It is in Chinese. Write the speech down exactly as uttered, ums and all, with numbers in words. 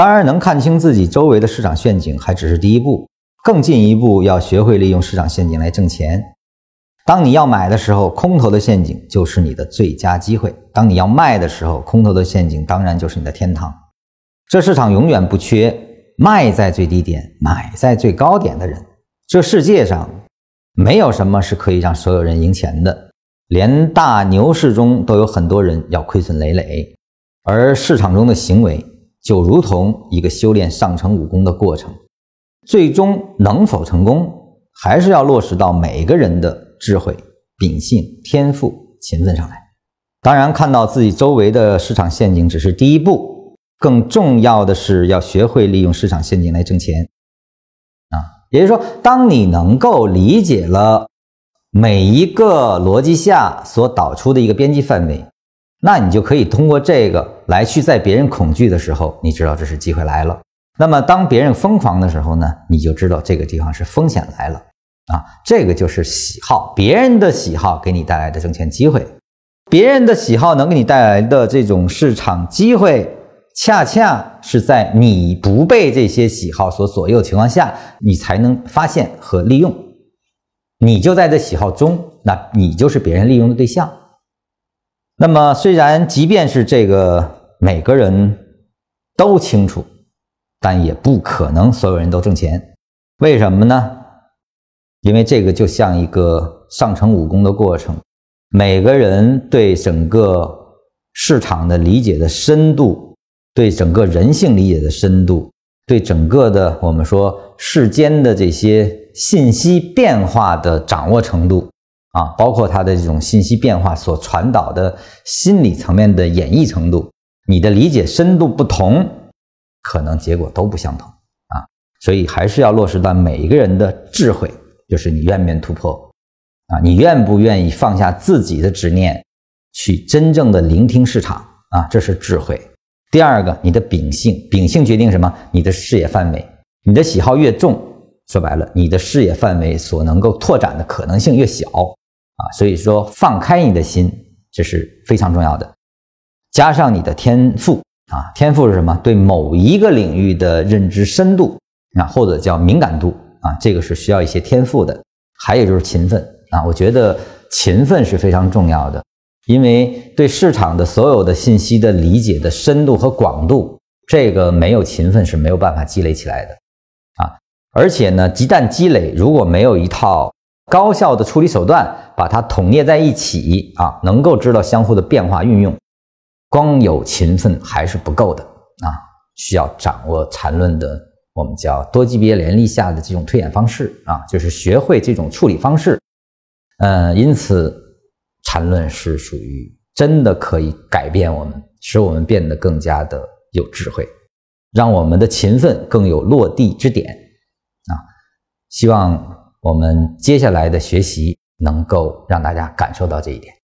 当然，能看清自己周围的市场陷阱还只是第一步，更进一步要学会利用市场陷阱来挣钱。当你要买的时候，空头的陷阱就是你的最佳机会；当你要卖的时候，空头的陷阱当然就是你的天堂。这市场永远不缺卖在最低点、买在最高点的人。这世界上没有什么是可以让所有人赢钱的，连大牛市中都有很多人要亏损累累。而市场中的行为就如同一个修炼上乘武功的过程，最终能否成功，还是要落实到每个人的智慧、秉性、天赋、勤奋上来。当然，看到自己周围的市场陷阱只是第一步，更重要的是要学会利用市场陷阱来挣钱啊。也就是说，当你能够理解了每一个逻辑下所导出的一个边际范围，那你就可以通过这个来去在别人恐惧的时候，你知道这是机会来了。那么当别人疯狂的时候呢，你就知道这个地方是风险来了啊。这个就是喜好，别人的喜好给你带来的挣钱机会，别人的喜好能给你带来的这种市场机会，恰恰是在你不被这些喜好所左右的情况下，你才能发现和利用。你就在这喜好中，那你就是别人利用的对象。那么虽然即便是这个每个人都清楚，但也不可能所有人都挣钱。为什么呢？因为这个就像一个上乘武功的过程，每个人对整个市场的理解的深度，对整个人性理解的深度，对整个的我们说世间的这些信息变化的掌握程度啊，包括它的这种信息变化所传导的心理层面的演绎程度，你的理解深度不同，可能结果都不相同啊。所以还是要落实到每一个人的智慧，就是你愿不愿意突破啊，你愿不愿意放下自己的执念，去真正的聆听市场啊，这是智慧。第二个，你的秉性，秉性决定什么？你的视野范围，你的喜好越重，说白了，你的视野范围所能够拓展的可能性越小啊。所以说，放开你的心，这是非常重要的。加上你的天赋啊，天赋是什么？对某一个领域的认知深度啊，或者叫敏感度啊，这个是需要一些天赋的。还有就是勤奋啊，我觉得勤奋是非常重要的。因为对市场的所有的信息的理解的深度和广度，这个没有勤奋是没有办法积累起来的啊。而且呢，一旦积累，如果没有一套高效的处理手段，把它统捏在一起啊，能够知道相互的变化运用，光有勤奋还是不够的啊，需要掌握缠论的我们叫多级别联立下的这种推演方式啊，就是学会这种处理方式。呃，因此缠论是属于真的可以改变我们，使我们变得更加的有智慧，让我们的勤奋更有落地之点啊！希望我们接下来的学习能够让大家感受到这一点。